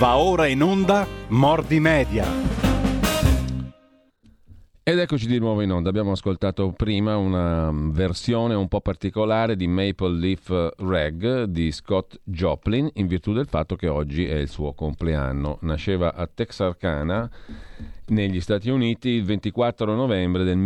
Va ora in onda Mordi Media. Ed eccoci di nuovo in onda. Abbiamo ascoltato prima una versione un po' particolare di Maple Leaf Rag di Scott Joplin, in virtù del fatto che oggi è il suo compleanno. Nasceva a Texarkana, negli Stati Uniti, il 24 novembre del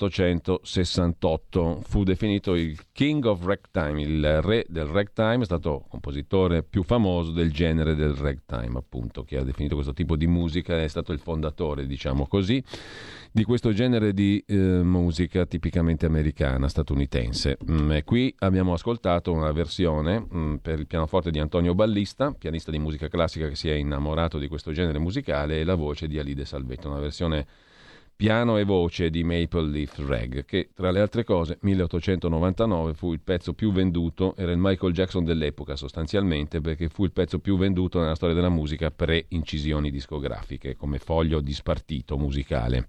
1868. Fu definito il King of Ragtime, il re del ragtime. È stato il compositore più famoso del genere del ragtime, appunto, che ha definito questo tipo di musica. È stato il fondatore, diciamo così, di questo genere di musica tipicamente americana, statunitense. E qui abbiamo ascoltato una versione per il pianoforte di Antonio Ballista, pianista di musica classica che si è innamorato di questo genere musicale, e la voce di Alide Salvetto, una versione piano e voce di Maple Leaf Rag, che tra le altre cose 1899 fu il pezzo più venduto, era il Michael Jackson dell'epoca sostanzialmente, perché fu il pezzo più venduto nella storia della musica pre-incisioni discografiche, come foglio di spartito musicale.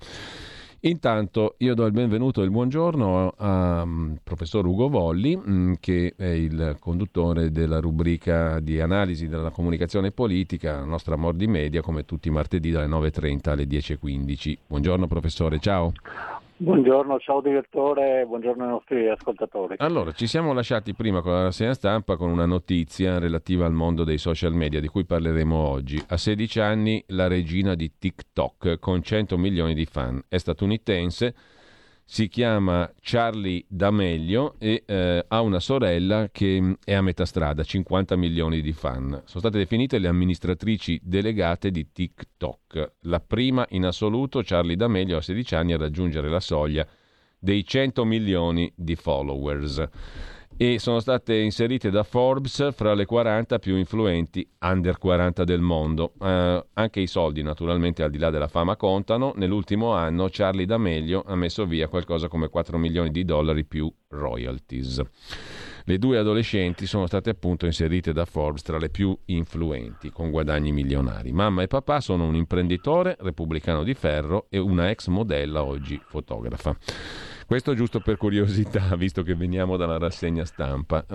Intanto io do il benvenuto e il buongiorno a professor Ugo Volli, che è il conduttore della rubrica di analisi della comunicazione politica, la nostra Mordi Media, come tutti i martedì dalle 9.30 alle 10.15. Buongiorno professore, ciao. Buongiorno, ciao direttore, buongiorno ai nostri ascoltatori. Allora, ci siamo lasciati prima con la rassegna stampa con una notizia relativa al mondo dei social media di cui parleremo oggi. A 16 anni la regina di TikTok con 100 milioni di fan. È statunitense, si chiama Charli D'Amelio e ha una sorella che è a metà strada, 50 milioni di fan. Sono state definite le amministratrici delegate di TikTok. La prima in assoluto, Charli D'Amelio, a 16 anni a raggiungere la soglia dei 100 milioni di followers, e sono state inserite da Forbes fra le 40 più influenti under 40 del mondo. Anche i soldi, naturalmente, al di là della fama, contano. Nell'ultimo anno Charli D'Amelio ha messo via qualcosa come 4 milioni di dollari più royalties. Le due adolescenti sono state appunto inserite da Forbes tra le più influenti, con guadagni milionari. Mamma e papà sono un imprenditore repubblicano di ferro e una ex modella, oggi fotografa. Questo giusto per curiosità, visto che veniamo dalla rassegna stampa.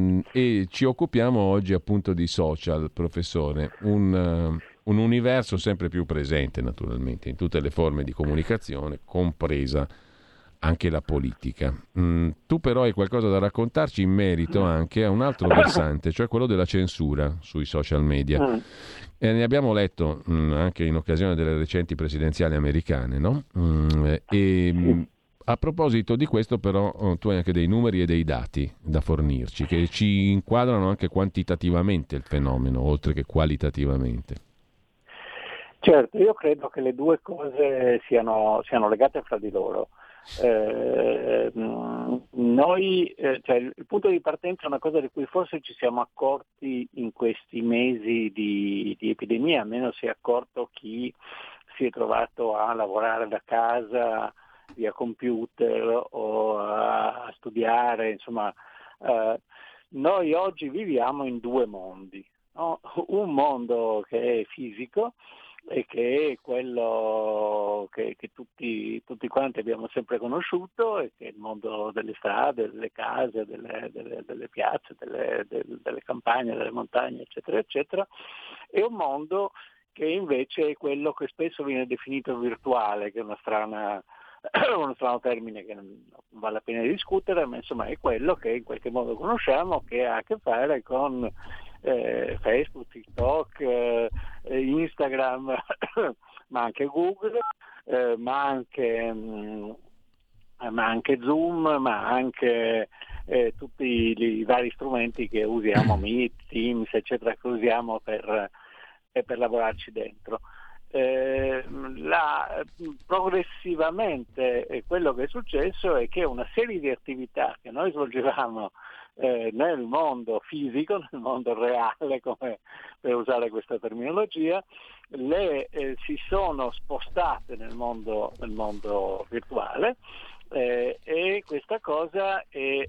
E ci occupiamo oggi appunto di social, professore, un universo sempre più presente naturalmente in tutte le forme di comunicazione, compresa anche la politica. Tu però hai qualcosa da raccontarci in merito anche a un altro versante, cioè quello della censura sui social media. Ne abbiamo letto anche in occasione delle recenti presidenziali americane, no? A proposito di questo però tu hai anche dei numeri e dei dati da fornirci che ci inquadrano anche quantitativamente il fenomeno, oltre che qualitativamente. Certo, io credo che le due cose siano legate fra di loro. Cioè, il punto di partenza è una cosa di cui forse ci siamo accorti in questi mesi di epidemia, almeno si è accorto chi si è trovato a lavorare da casa via computer o a studiare, insomma. Noi oggi viviamo in due mondi, no? Un mondo che è fisico e che è quello che tutti quanti abbiamo sempre conosciuto, e che è il mondo delle strade, delle case, delle piazze, delle campagne, delle montagne, eccetera, eccetera. È un mondo che invece è quello che spesso viene definito virtuale, che è uno strano termine che non vale la pena di discutere, ma insomma è quello che in qualche modo conosciamo, che ha a che fare con Facebook, TikTok, Instagram, ma anche Google, ma anche Zoom, ma anche tutti i vari strumenti che usiamo, Meet, Teams, eccetera, che usiamo per lavorarci dentro. Progressivamente quello che è successo è che una serie di attività che noi svolgevamo nel mondo fisico, nel mondo reale, come per usare questa terminologia, si sono spostate nel mondo virtuale, e questa cosa è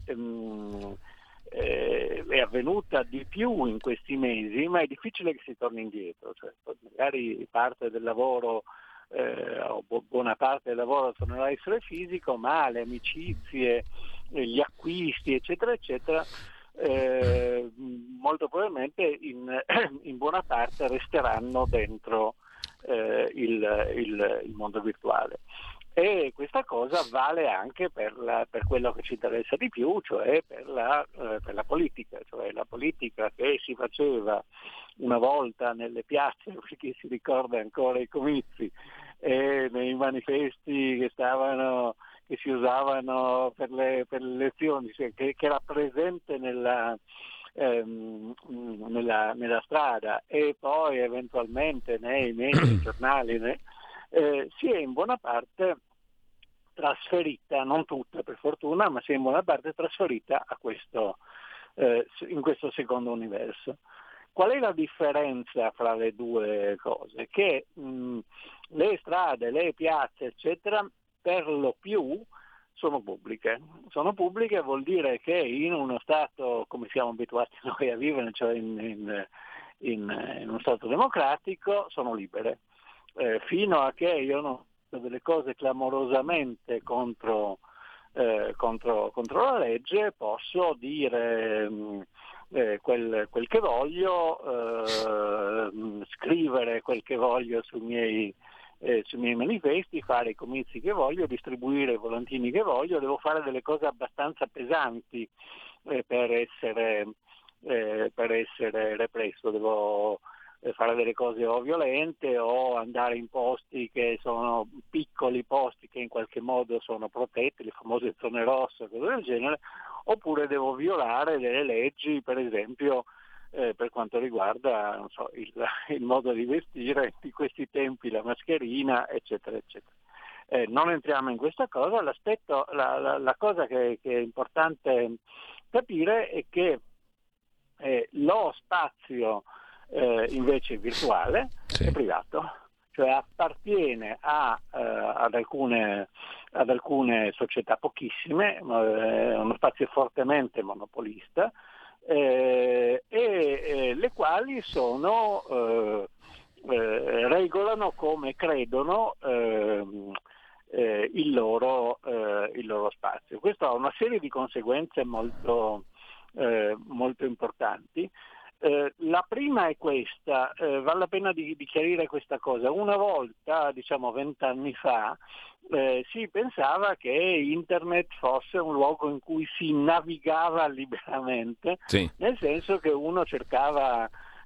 avvenuta di più in questi mesi, ma è difficile che si torni indietro. Cioè, magari parte del lavoro o buona parte del lavoro tornerà a essere fisico, ma le amicizie, gli acquisti, eccetera, eccetera, molto probabilmente in buona parte resteranno dentro il mondo virtuale. E questa cosa vale anche per quello che ci interessa di più, cioè per la politica, cioè la politica che si faceva una volta nelle piazze, perché si ricorda ancora i comizi e nei manifesti che si usavano per le elezioni, cioè che era presente nella strada e poi eventualmente nei giornali, si è in buona parte trasferita, non tutta per fortuna, ma si è in buona parte trasferita in questo secondo universo. Qual è la differenza fra le due cose? Che le strade, le piazze, eccetera, per lo più sono pubbliche. Sono pubbliche vuol dire che in uno stato come siamo abituati noi a vivere, cioè in uno stato democratico, sono libere. Fino a che io non faccio delle cose clamorosamente contro la legge, posso dire quel che voglio, scrivere quel che voglio sui miei manifesti, fare i comizi che voglio, distribuire i volantini che voglio. Devo fare delle cose abbastanza pesanti per essere represso. Devo fare delle cose o violente o andare in posti che sono piccoli posti che in qualche modo sono protetti, le famose zone rosse, cose del genere, oppure devo violare delle leggi, per esempio per quanto riguarda, non so, il modo di vestire di questi tempi, la mascherina, eccetera, eccetera. Non entriamo in questa cosa. La cosa che è importante capire è che lo spazio invece virtuale è privato, cioè appartiene ad alcune società, pochissime, è uno spazio fortemente monopolista, e le quali regolano come credono il loro spazio. Questo ha una serie di conseguenze molto importanti. La prima è questa, vale la pena di chiarire questa cosa. Una volta, 20 anni fa, si pensava che internet fosse un luogo in cui si navigava liberamente, sì, nel senso che uno cercava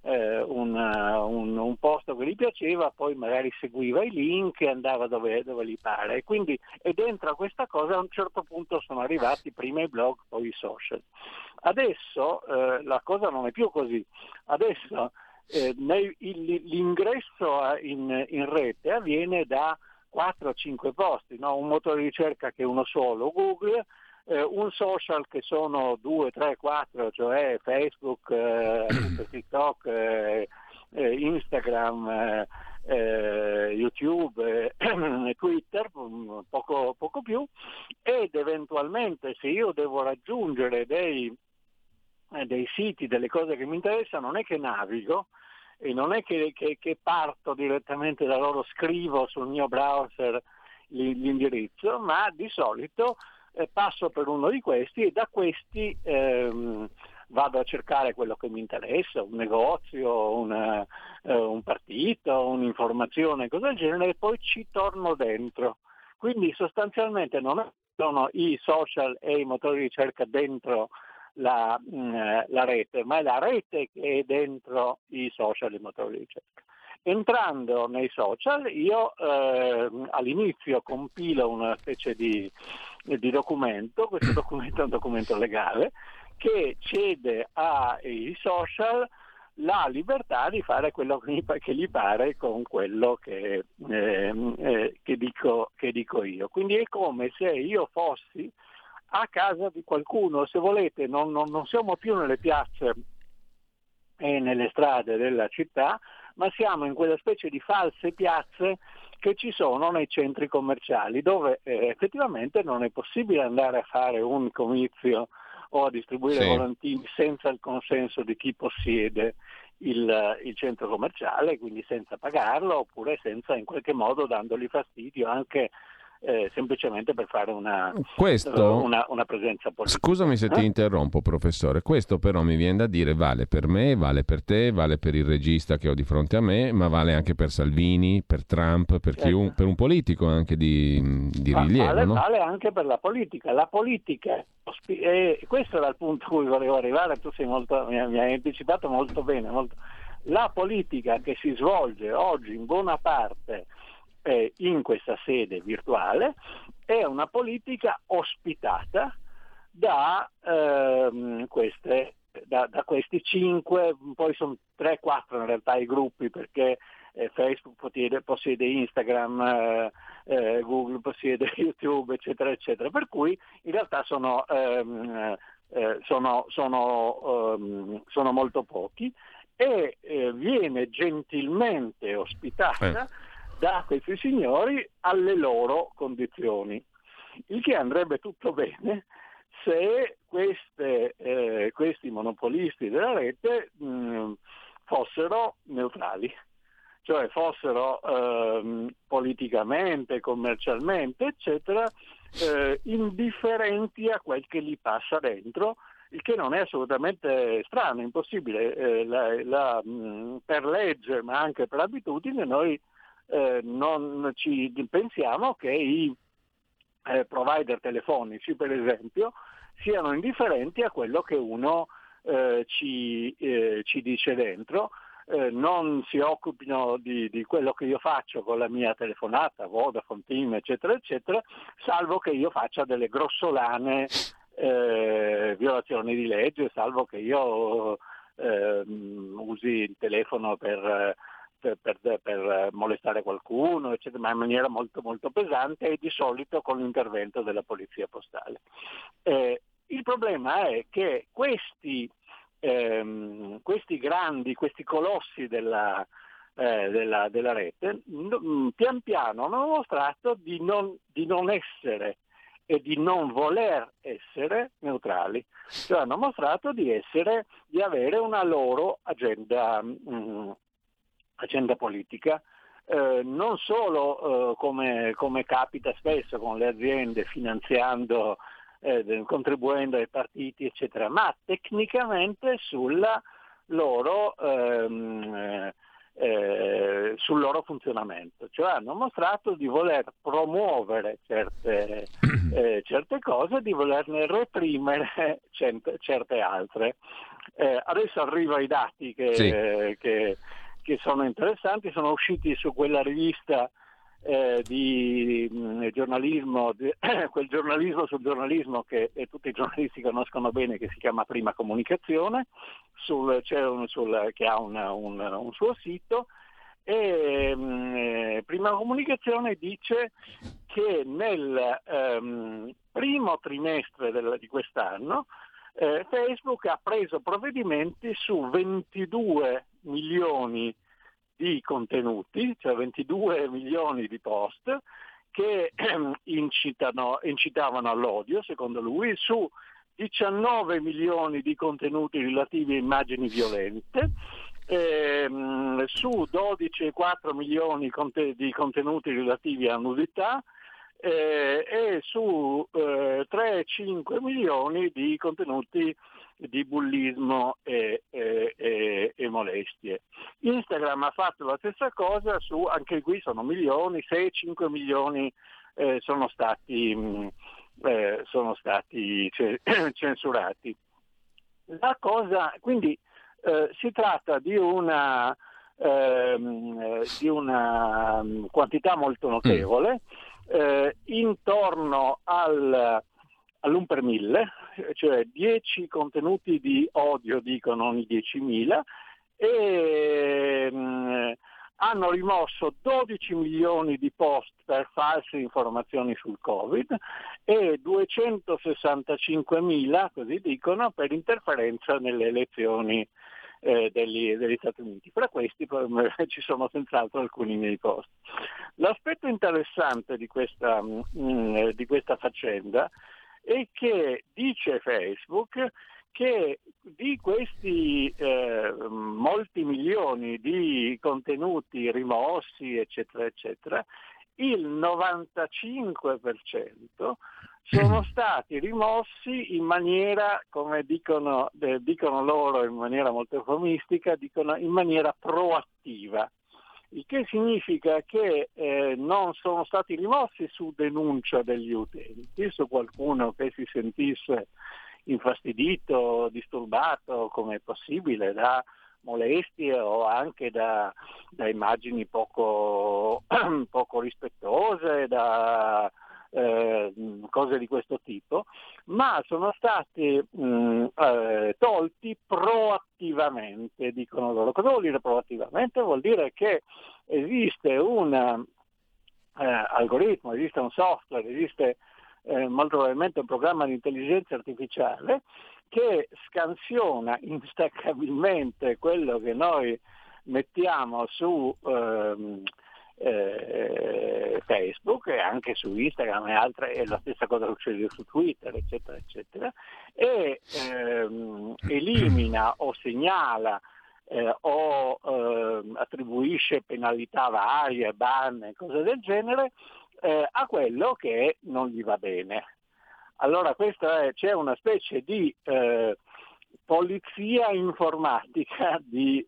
un posto che gli piaceva, poi magari seguiva i link e andava dove gli pare. E dentro a questa cosa a un certo punto sono arrivati prima i blog, poi i social. Adesso la cosa non è più così. Adesso l'ingresso in rete avviene da 4-5 posti, no? Un motore di ricerca che è uno solo, Google, un social che sono 2, 3, 4, cioè Facebook, TikTok, Instagram, YouTube, Twitter, poco più, ed eventualmente se io devo raggiungere dei siti, delle cose che mi interessano, non è che navigo e non è che parto direttamente da loro, scrivo sul mio browser l'indirizzo, ma di solito passo per uno di questi e da questi vado a cercare quello che mi interessa, un negozio, un partito, un'informazione, cosa del genere, e poi ci torno dentro. Quindi sostanzialmente non sono i social e i motori di ricerca dentro la rete, ma è la rete che è dentro i social e i motori di ricerca. Entrando nei social io all'inizio compilo una specie di documento. Questo documento è un documento legale che cede ai social la libertà di fare quello che gli pare con quello che dico io. Quindi è come se io fossi a casa di qualcuno. Se volete, non siamo più nelle piazze e nelle strade della città, ma siamo in quella specie di false piazze che ci sono nei centri commerciali, dove effettivamente non è possibile andare a fare un comizio o a distribuire volantini senza il consenso di chi possiede il centro commerciale, quindi senza pagarlo, oppure senza, in qualche modo, dandogli fastidio anche semplicemente per fare una presenza politica. Scusami se ti interrompo, professore. Questo però mi viene da dire vale per me, vale per te, vale per il regista che ho di fronte a me, ma vale anche per Salvini, per Trump, per per un politico anche di rilievo. Vale anche per la politica. La politica, questo era il punto a cui volevo arrivare, tu mi hai anticipato molto bene. La politica che si svolge oggi in buona parte in questa sede virtuale è una politica ospitata da questi 5, poi sono 3-4 in realtà i gruppi, perché Facebook possiede Instagram, Google possiede YouTube, eccetera, eccetera, per cui in realtà sono molto pochi, e viene gentilmente ospitata da questi signori alle loro condizioni, il che andrebbe tutto bene se questi monopolisti della rete fossero neutrali, cioè fossero politicamente, commercialmente, eccetera, indifferenti a quel che gli passa dentro, il che non è assolutamente strano, impossibile. Per legge, ma anche per abitudine, noi non ci pensiamo che i provider telefonici, per esempio, siano indifferenti a quello che uno ci dice dentro, non si occupino di quello che io faccio con la mia telefonata, Vodafone, TIM, eccetera, eccetera, salvo che io faccia delle grossolane violazioni di legge, salvo che io usi il telefono per molestare qualcuno, eccetera, ma in maniera molto molto pesante, e di solito con l'intervento della polizia postale. Il problema è che questi colossi della rete pian piano hanno dimostrato di non essere e di non voler essere neutrali, cioè hanno mostrato di avere una loro agenda politica, non solo come capita spesso con le aziende, finanziando, contribuendo ai partiti, eccetera, ma tecnicamente sul loro funzionamento, cioè hanno mostrato di voler promuovere certe cose, di volerne reprimere certe altre. Adesso arrivo ai dati che sono interessanti, sono usciti su quella rivista di giornalismo, quel giornalismo sul giornalismo che tutti i giornalisti conoscono bene, che si chiama Prima Comunicazione, che ha un suo sito, e Prima Comunicazione dice che nel primo trimestre di quest'anno Facebook ha preso provvedimenti su 22 milioni di contenuti, cioè 22 milioni di post che incitavano all'odio, secondo lui, su 19 milioni di contenuti relativi a immagini violente, su 12,4 milioni di contenuti relativi a nudità, e su 3-5 milioni di contenuti di bullismo e molestie. Instagram ha fatto la stessa cosa, anche qui sono milioni, 6-5 milioni sono stati censurati. La cosa, quindi si tratta di una quantità molto notevole, intorno all'1 per 1000, cioè 10 contenuti di odio, dicono ogni 10.000, e hanno rimosso 12 milioni di post per false informazioni sul Covid e 265.000, così dicono, per interferenza nelle elezioni degli Stati Uniti. Fra questi ci sono senz'altro alcuni miei post. L'aspetto interessante di questa faccenda è che dice Facebook che di questi molti milioni di contenuti rimossi, eccetera, eccetera, il 95% sono stati rimossi in maniera, come dicono loro in maniera molto eufemistica, dicono in maniera proattiva, il che significa che non sono stati rimossi su denuncia degli utenti, su qualcuno che si sentisse infastidito, disturbato, come è possibile, da molestie o anche da immagini poco rispettose, da cose di questo tipo, ma sono stati tolti proattivamente, dicono loro. Cosa vuol dire proattivamente? Vuol dire che esiste un algoritmo, esiste un software, esiste molto probabilmente un programma di intelligenza artificiale che scansiona instaccabilmente quello che noi mettiamo su Facebook e anche su Instagram e altre, e la stessa cosa succede su Twitter, eccetera, eccetera, e elimina o segnala o attribuisce penalità varie, ban, cose del genere a quello che non gli va bene. Allora c'è una specie di polizia informatica di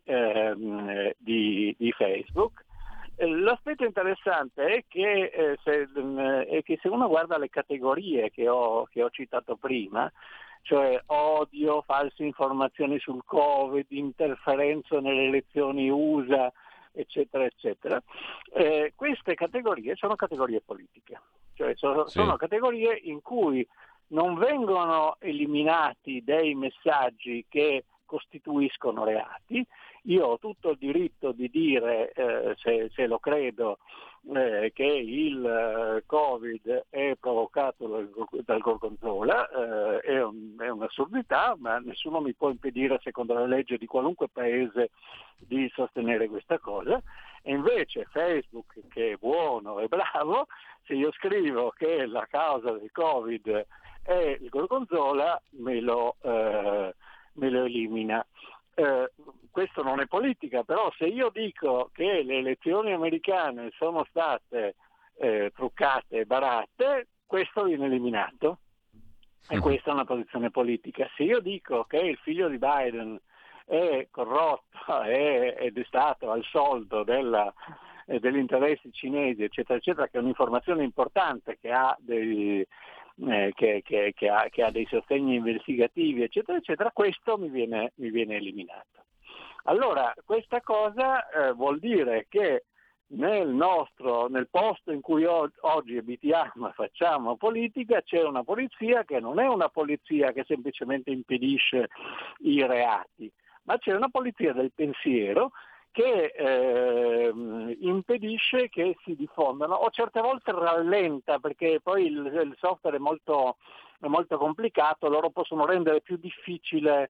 Facebook. L'aspetto interessante è che se uno guarda le categorie che ho citato prima, cioè odio, false informazioni sul Covid, interferenza nelle elezioni USA, eccetera, eccetera, queste categorie sono categorie politiche, cioè sono categorie in cui non vengono eliminati dei messaggi che costituiscono reati. Io ho tutto il diritto di dire, se lo credo, che il Covid è provocato dal gorgonzola, è un'assurdità, ma nessuno mi può impedire, secondo la legge di qualunque paese, di sostenere questa cosa. E invece Facebook, che è buono e bravo, se io scrivo che la causa del Covid è il gorgonzola, me lo elimina. Questo non è politica, però se io dico che le elezioni americane sono state truccate e barate, questo viene eliminato, e questa è una posizione politica. Se io dico che il figlio di Biden è corrotto ed è stato al soldo degli interessi cinesi, eccetera, eccetera, che è un'informazione importante che ha dei sostegni investigativi, eccetera, eccetera, questo mi viene eliminato. Allora, questa cosa vuol dire che nel posto in cui oggi abitiamo e facciamo politica c'è una polizia che non è una polizia che semplicemente impedisce i reati, ma c'è una polizia del pensiero che impedisce che si diffondano, o certe volte rallenta, perché poi il software è molto complicato, loro possono rendere più difficile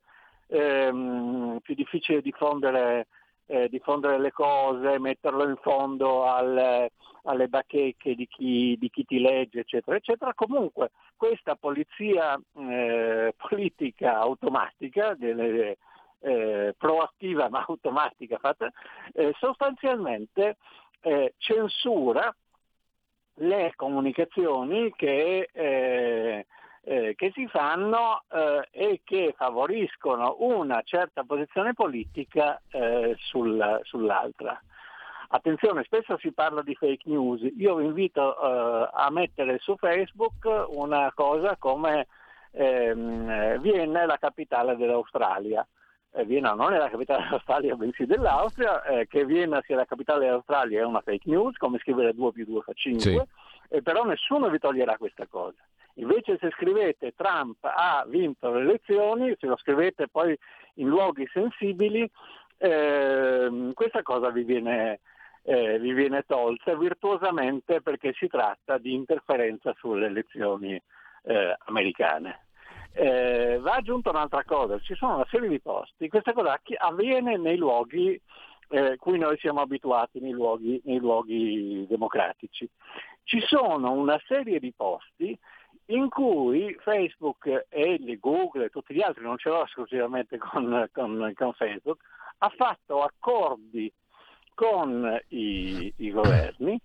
diffondere le cose, metterlo in fondo alle bacheche di chi ti legge, eccetera, eccetera. Comunque questa polizia politica automatica, proattiva ma automatica, fatta sostanzialmente censura le comunicazioni che si fanno e che favoriscono una certa posizione politica sull'altra. Attenzione, spesso si parla di fake news. Io vi invito a mettere su Facebook una cosa come Vienna è la capitale dell'Australia. Vienna non è la capitale dell'Australia, bensì dell'Austria. Che Vienna sia la capitale dell'Australia è una fake news, come scrivere 2 più 2 fa 5, sì. Però nessuno vi toglierà questa cosa. Invece se scrivete Trump ha vinto le elezioni, se lo scrivete poi in luoghi sensibili, questa cosa vi viene tolta virtuosamente, perché si tratta di interferenza sulle elezioni americane. Va aggiunta un'altra cosa: ci sono una serie di posti, questa cosa avviene nei luoghi cui noi siamo abituati, nei luoghi democratici. Ci sono una serie di posti in cui Facebook e Google e tutti gli altri, non ce l'ho esclusivamente con Facebook, ha fatto accordi con i governi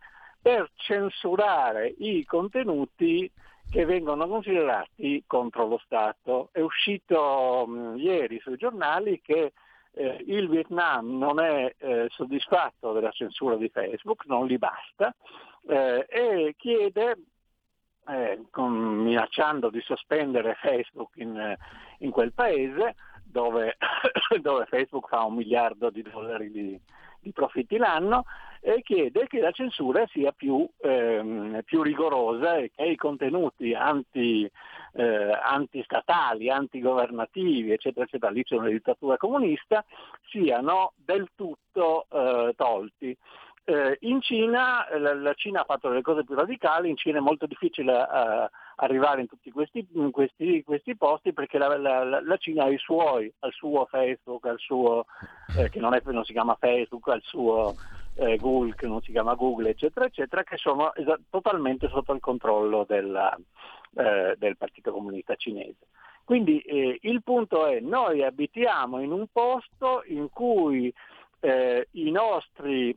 per censurare i contenuti che vengono considerati contro lo Stato. È uscito ieri sui giornali che il Vietnam non è soddisfatto della censura di Facebook, non gli basta, e chiede, minacciando di sospendere Facebook in quel paese, dove Facebook fa $1 miliardo di profitti l'anno, e chiede che la censura sia più rigorosa e che i contenuti antistatali, antigovernativi, eccetera, eccetera, lì c'è una dittatura comunista, siano del tutto tolti. In Cina, la Cina ha fatto delle cose più radicali. In Cina è molto difficile arrivare in tutti questi posti, perché la Cina ha al suo Facebook, al suo che non si chiama Facebook, al suo Google, che non si chiama Google, eccetera, eccetera, che sono totalmente sotto il controllo del Partito Comunista Cinese. Quindi il punto è: noi abitiamo in un posto in cui i nostri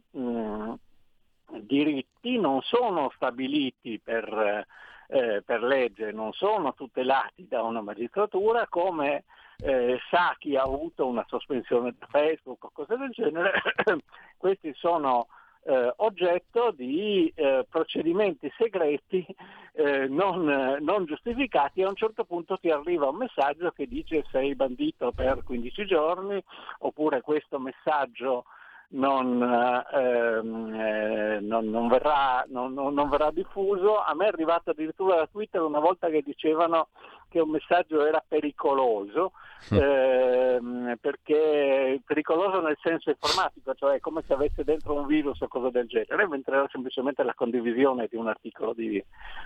diritti non sono stabiliti per legge, non sono tutelati da una magistratura, come sa chi ha avuto una sospensione da Facebook o cose del genere. Questi sono oggetto di procedimenti segreti non giustificati. A un certo punto ti arriva un messaggio che dice: sei bandito per 15 giorni, oppure questo messaggio non verrà diffuso. A me è arrivato addirittura da Twitter una volta che dicevano che un messaggio era pericoloso, perché pericoloso nel senso informatico, cioè come se avesse dentro un virus o cosa del genere, mentre era semplicemente la condivisione di un articolo di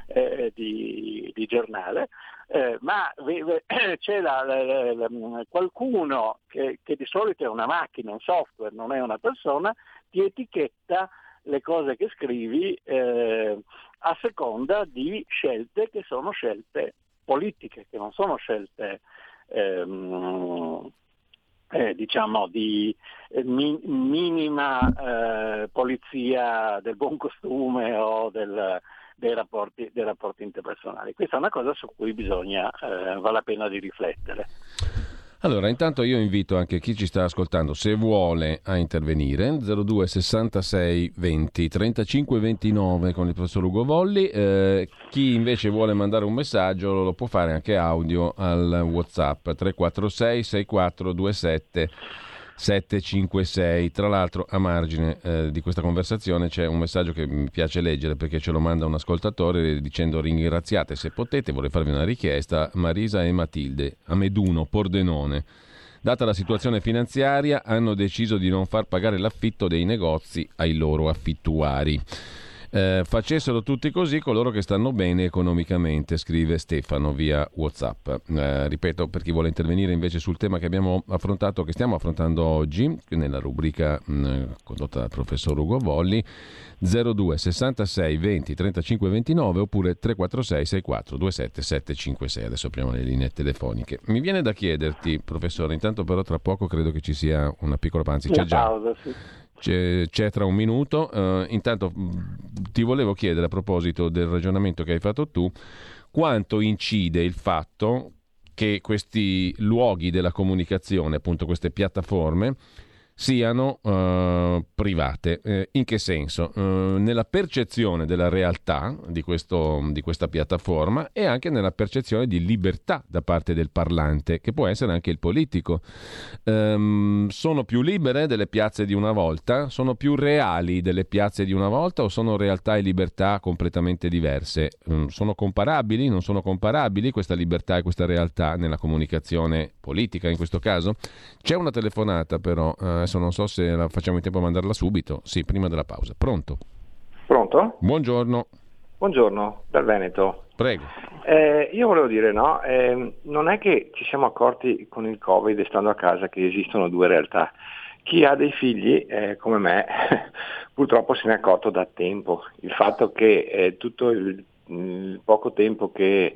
giornale. Ma c'è qualcuno che di solito è una macchina, un software, non è una persona, ti etichetta le cose che scrivi a seconda di scelte che sono scelte politiche, che non sono scelte diciamo di minima polizia del buon costume o dei rapporti interpersonali. Questa è una cosa su cui vale la pena di riflettere. Allora, intanto io invito anche chi ci sta ascoltando, se vuole, a intervenire, 02 66 20 35 29 con il professor Ugo Volli. Chi invece vuole mandare un messaggio lo può fare anche audio al WhatsApp 346 6427 756. Tra l'altro, a margine di questa conversazione c'è un messaggio che mi piace leggere, perché ce lo manda un ascoltatore dicendo: ringraziate, se potete, vorrei farvi una richiesta, Marisa e Matilde a Meduno, Pordenone. Data la situazione finanziaria, hanno deciso di non far pagare l'affitto dei negozi ai loro affittuari. Facessero tutti così coloro che stanno bene economicamente, scrive Stefano via WhatsApp. Ripeto, per chi vuole intervenire invece sul tema che abbiamo affrontato, che stiamo affrontando oggi nella rubrica condotta dal professor Ugo Volli, 02 66 20 35 29 oppure 346 64 27 756. Adesso apriamo le linee telefoniche. Mi viene da chiederti, professore, intanto però tra poco credo che ci sia una piccola panza, c'è già. Pausa, sì. C'è tra un minuto. Intanto ti volevo chiedere, a proposito del ragionamento che hai fatto tu, quanto incide il fatto che questi luoghi della comunicazione, appunto queste piattaforme, siano private. In che senso? Nella percezione della realtà di questa piattaforma e anche nella percezione di libertà da parte del parlante, che può essere anche il politico. Sono più libere delle piazze di una volta? Sono più reali delle piazze di una volta, o sono realtà e libertà completamente diverse? Sono comparabili? Non sono comparabili questa libertà e questa realtà nella comunicazione politica in questo caso? C'è una telefonata però, adesso non so se la facciamo in tempo a mandarla subito. Sì, prima della pausa. Pronto? Pronto? Buongiorno. Buongiorno, dal Veneto. Prego. Io volevo dire, no, non è che ci siamo accorti con il Covid e stando a casa che esistono due realtà. Chi ha dei figli, come me, purtroppo se ne è accorto da tempo. Il fatto che tutto il poco tempo che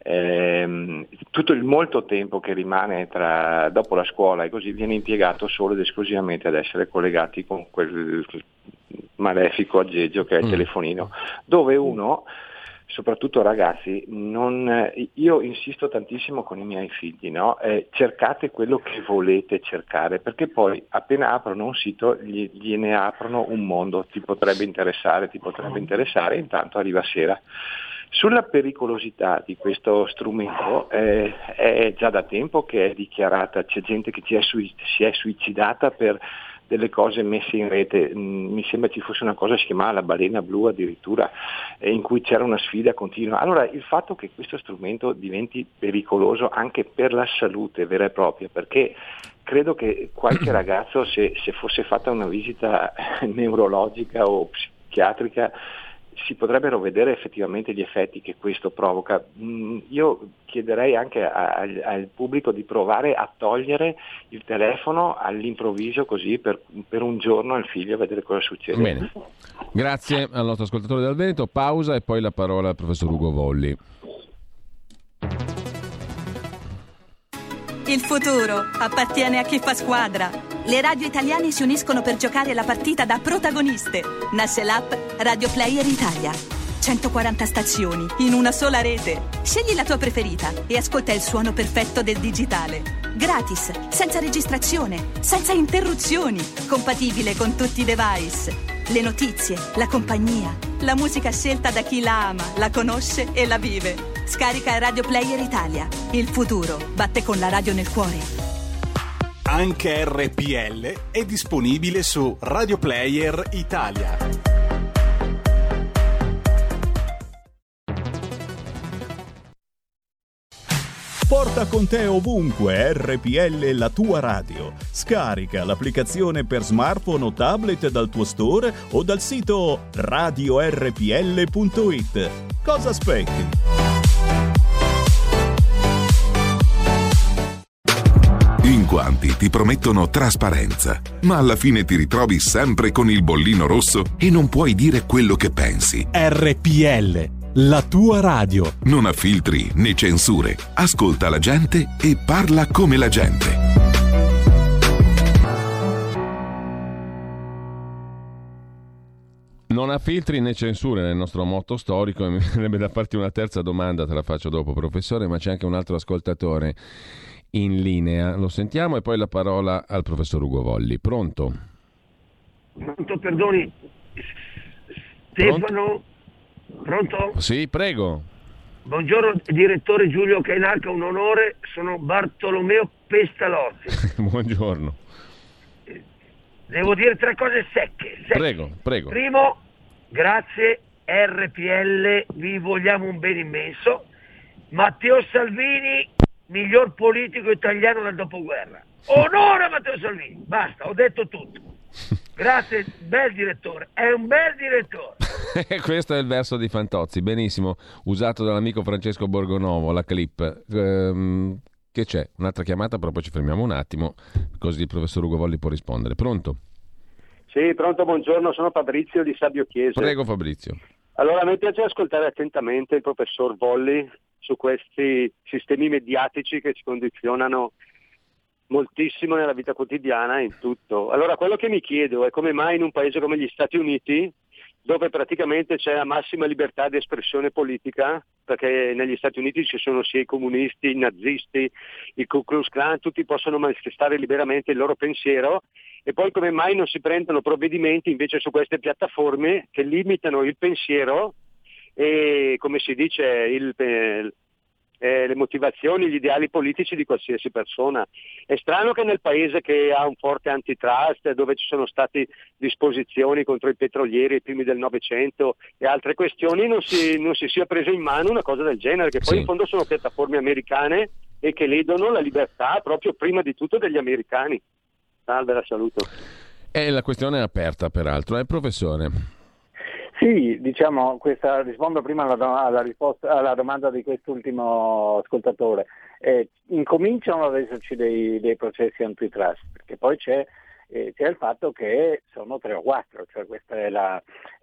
tutto il molto tempo che rimane dopo la scuola e così viene impiegato solo ed esclusivamente ad essere collegati con malefico aggeggio che è il telefonino, dove uno, soprattutto ragazzi, io insisto tantissimo con i miei figli, no? Cercate quello che volete cercare, perché poi appena aprono un sito gliene aprono un mondo, ti potrebbe interessare, intanto arriva sera. Sulla pericolosità di questo strumento è già da tempo che è dichiarata, c'è gente che si è suicidata per delle cose messe in rete, mi sembra ci fosse una cosa che si chiamava la balena blu addirittura, in cui c'era una sfida continua. Allora il fatto che questo strumento diventi pericoloso anche per la salute vera e propria, perché credo che qualche ragazzo se fosse fatta una visita neurologica o psichiatrica si potrebbero vedere effettivamente gli effetti che questo provoca. Io chiederei anche al pubblico di provare a togliere il telefono all'improvviso così per un giorno al figlio a vedere cosa succede. Bene, grazie al nostro ascoltatore dal Veneto. Pausa e poi la parola al professor Ugo Volli. Il futuro appartiene a chi fa squadra. Le radio italiane si uniscono per giocare la partita da protagoniste. Nasce l'app Radio Player Italia. 140 stazioni in una sola rete. Scegli la tua preferita e ascolta il suono perfetto del digitale. Gratis, senza registrazione, senza interruzioni. Compatibile con tutti i device. Le notizie, la compagnia, la musica scelta da chi la ama, la conosce e la vive. Scarica Radio Player Italia. Il futuro batte con la radio nel cuore. Anche RPL è disponibile su Radio Player Italia. Porta con te ovunque RPL la tua radio. Scarica l'applicazione per smartphone o tablet dal tuo store o dal sito radiorpl.it. Cosa aspetti? In quanti ti promettono trasparenza, ma alla fine ti ritrovi sempre con il bollino rosso e non puoi dire quello che pensi. RPL, la tua radio. Non ha filtri né censure. Ascolta la gente e parla come la gente. Non ha filtri né censure nel nostro motto storico, e mi verrebbe da farti una terza domanda, te la faccio dopo, professore, ma c'è anche un altro ascoltatore in linea. Lo sentiamo e poi la parola al professor Ugo Volli. Pronto? Pronto, perdoni. Stefano? Pronto? Sì, prego. Buongiorno direttore Giulio Cainarca, un onore, sono Bartolomeo Pestalozzi. Buongiorno. Devo dire tre cose secche. Prego. Primo, grazie RPL, vi vogliamo un bene immenso. Matteo Salvini, miglior politico italiano del dopoguerra. Onore a Matteo Salvini, basta, ho detto tutto. Grazie, bel direttore, è un bel direttore. Questo è il verso di Fantozzi, benissimo, usato dall'amico Francesco Borgonovo, la clip. Che c'è? Un'altra chiamata, però poi ci fermiamo un attimo, così il professor Ugo Volli può rispondere. Pronto? Sì, pronto, buongiorno, sono Fabrizio di Sabio Chiesa. Prego Fabrizio. Allora, mi piace ascoltare attentamente il professor Volli su questi sistemi mediatici che ci condizionano moltissimo nella vita quotidiana e in tutto. Allora, quello che mi chiedo è come mai in un paese come gli Stati Uniti, dove praticamente c'è la massima libertà di espressione politica, perché negli Stati Uniti ci sono sia i comunisti, i nazisti, il Ku Klux Klan, tutti possono manifestare liberamente il loro pensiero, e poi come mai non si prendono provvedimenti invece su queste piattaforme che limitano il pensiero e, come si dice, le motivazioni, gli ideali politici di qualsiasi persona. È strano che nel paese che ha un forte antitrust, dove ci sono state disposizioni contro i petrolieri ai primi del Novecento e altre questioni, non si sia preso in mano una cosa del genere, che poi Sì. in fondo sono piattaforme americane e che ledono la libertà proprio prima di tutto degli americani. Salve, la saluto. E la questione è aperta, peraltro. Professore? Sì, diciamo, rispondo prima alla domanda di quest'ultimo ascoltatore. Incominciano ad esserci dei processi antitrust, perché poi c'è il fatto che sono 3 o 4, cioè questa è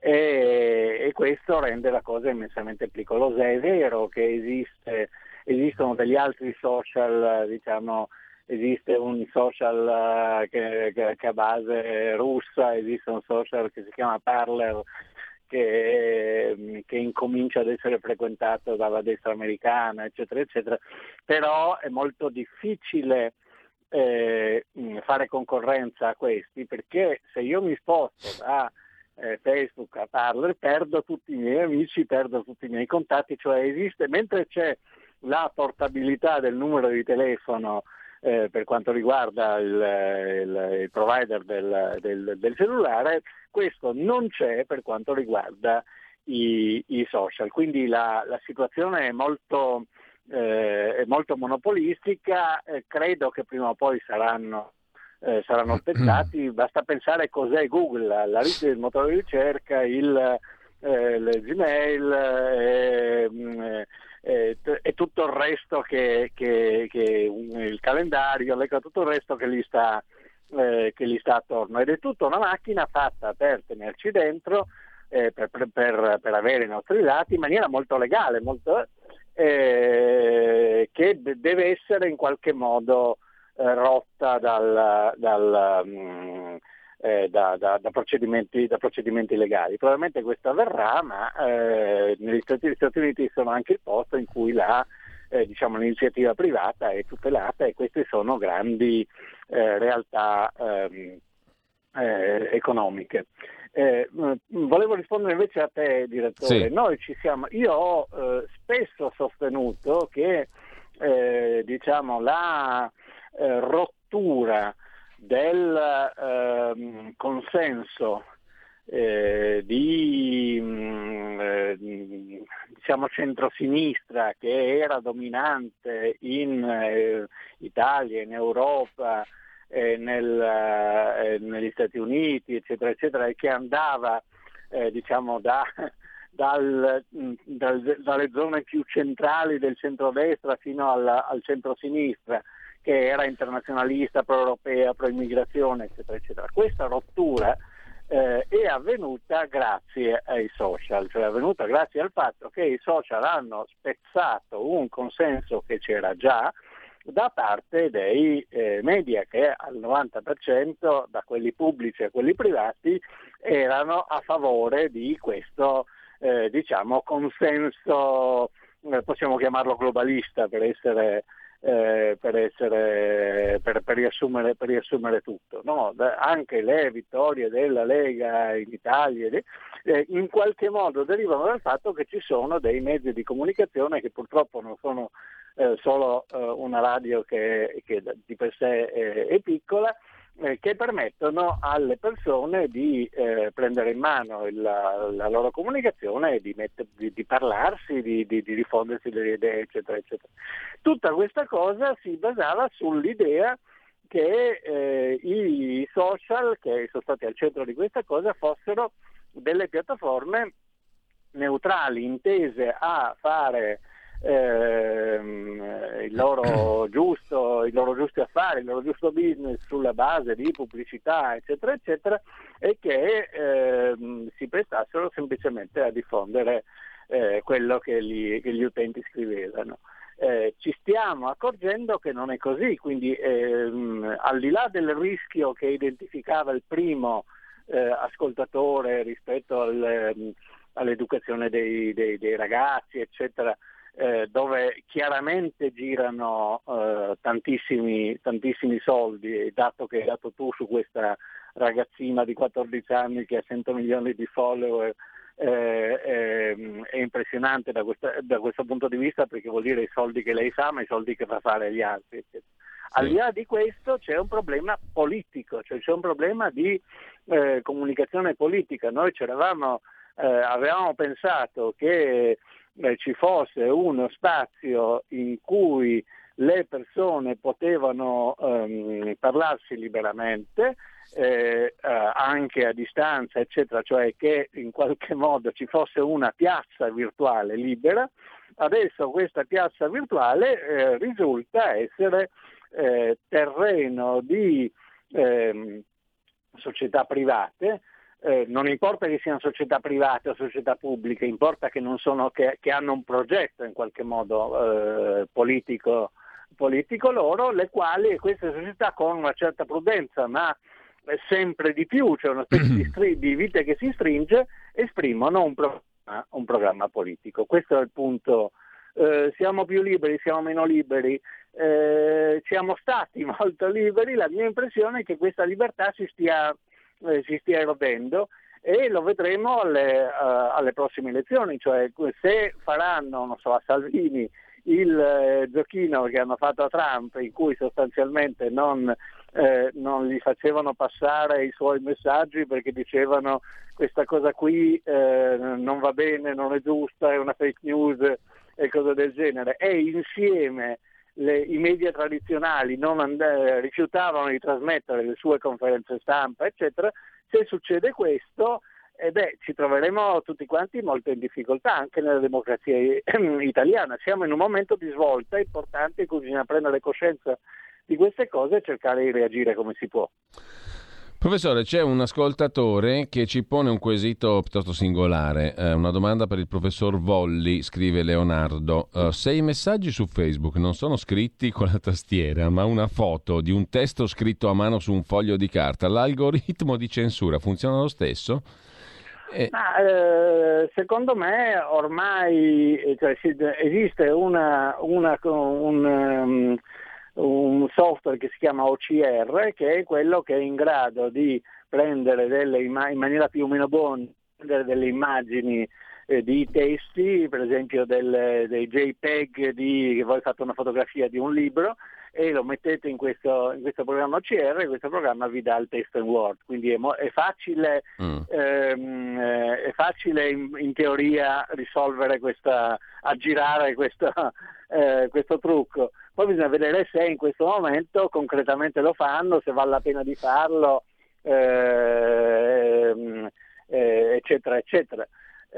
e questo rende la cosa immensamente pericolosa. È vero che esistono degli altri social, diciamo, esiste un social che ha base russa, esiste un social che si chiama Parler che incomincia ad essere frequentato dalla destra americana, eccetera, eccetera, però è molto difficile fare concorrenza a questi, perché se io mi sposto da Facebook a Parler perdo tutti i miei amici, perdo tutti i miei contatti, cioè esiste, mentre c'è la portabilità del numero di telefono per quanto riguarda il provider del cellulare, questo non c'è per quanto riguarda i social, quindi la situazione è molto monopolistica, credo che prima o poi saranno spezzati. Basta pensare cos'è Google, il motore di ricerca, il Gmail e tutto il resto che il calendario, tutto il resto che gli sta attorno, ed è tutta una macchina fatta per tenerci dentro, per avere i nostri dati in maniera molto legale, che deve essere in qualche modo rotta da procedimenti legali. Probabilmente questo avverrà, ma negli Stati Uniti sono anche il posto in cui l'iniziativa privata è tutelata, e queste sono grandi realtà economiche. Volevo rispondere invece a te, direttore. Sì. Io ho spesso sostenuto che la rottura del consenso di centrosinistra, che era dominante in Italia, in Europa, negli Stati Uniti, eccetera, eccetera, e che andava dalle zone più centrali del centrodestra fino al centrosinistra, che era internazionalista, pro-europea, pro-immigrazione, eccetera, eccetera. Questa rottura è avvenuta grazie ai social, cioè è avvenuta grazie al fatto che i social hanno spezzato un consenso che c'era già da parte dei media, che al 90%, da quelli pubblici a quelli privati, erano a favore di questo consenso, possiamo chiamarlo globalista, per riassumere tutto, no? Anche le vittorie della Lega in Italia in qualche modo derivano dal fatto che ci sono dei mezzi di comunicazione che purtroppo non sono solo una radio che di per sé è piccola, che permettono alle persone di prendere in mano la loro comunicazione e di parlarsi, di diffondersi delle idee, eccetera, eccetera. Tutta questa cosa si basava sull'idea che i social, che sono stati al centro di questa cosa, fossero delle piattaforme neutrali, intese a fare il loro giusti affari, il loro giusto business sulla base di pubblicità, eccetera, eccetera, e che si prestassero semplicemente a diffondere quello che gli utenti scrivevano. Ci stiamo accorgendo che non è così, quindi al di là del rischio che identificava il primo ascoltatore rispetto all'educazione dei ragazzi, eccetera, dove chiaramente girano tantissimi soldi, dato che hai dato tu su questa ragazzina di 14 anni che ha 100 milioni di follower, è impressionante da questo punto di vista, perché vuol dire i soldi che lei fa, ma i soldi che fa fare agli altri, eccetera. Sì. Al di là di questo c'è un problema politico, cioè c'è un problema di comunicazione politica. Noi avevamo pensato che ci fosse uno spazio in cui le persone potevano parlarsi liberamente, anche a distanza, eccetera, cioè che in qualche modo ci fosse una piazza virtuale libera. Adesso questa piazza virtuale risulta essere terreno di società private. Non importa che siano società private o società pubbliche, importa che non sono che hanno un progetto in qualche modo politico politico loro, le quali queste società con una certa prudenza, ma sempre di più, cioè una specie di vite che si stringe, esprimono un programma politico. Questo è il punto. Siamo più liberi, siamo meno liberi, siamo stati molto liberi. La mia impressione è che questa libertà si stia erodendo, e lo vedremo alle prossime elezioni, cioè se faranno, non so, a Salvini il giochino che hanno fatto a Trump, in cui sostanzialmente non gli facevano passare i suoi messaggi perché dicevano questa cosa qui non va bene, non è giusta, è una fake news e cose del genere, e insieme i media tradizionali rifiutavano di trasmettere le sue conferenze stampa, eccetera. Se succede questo, ci troveremo tutti quanti molto in difficoltà anche nella democrazia italiana. Siamo in un momento di svolta importante in cui bisogna prendere coscienza di queste cose e cercare di reagire come si può. Professore, c'è un ascoltatore che ci pone un quesito piuttosto singolare, una domanda per il professor Volli, scrive Leonardo. Se i messaggi su Facebook non sono scritti con la tastiera, ma una foto di un testo scritto a mano su un foglio di carta, l'algoritmo di censura funziona lo stesso? Secondo me ormai esiste un software che si chiama OCR, che è quello che è in grado di prendere in maniera più o meno buona delle immagini di testi, per esempio dei JPEG che voi fate una fotografia di un libro e lo mettete in questo programma OCR, e questo programma vi dà il testo in Word, quindi è facile in teoria risolvere aggirare questo trucco. Poi bisogna vedere se in questo momento concretamente lo fanno, se vale la pena di farlo, eccetera, eccetera.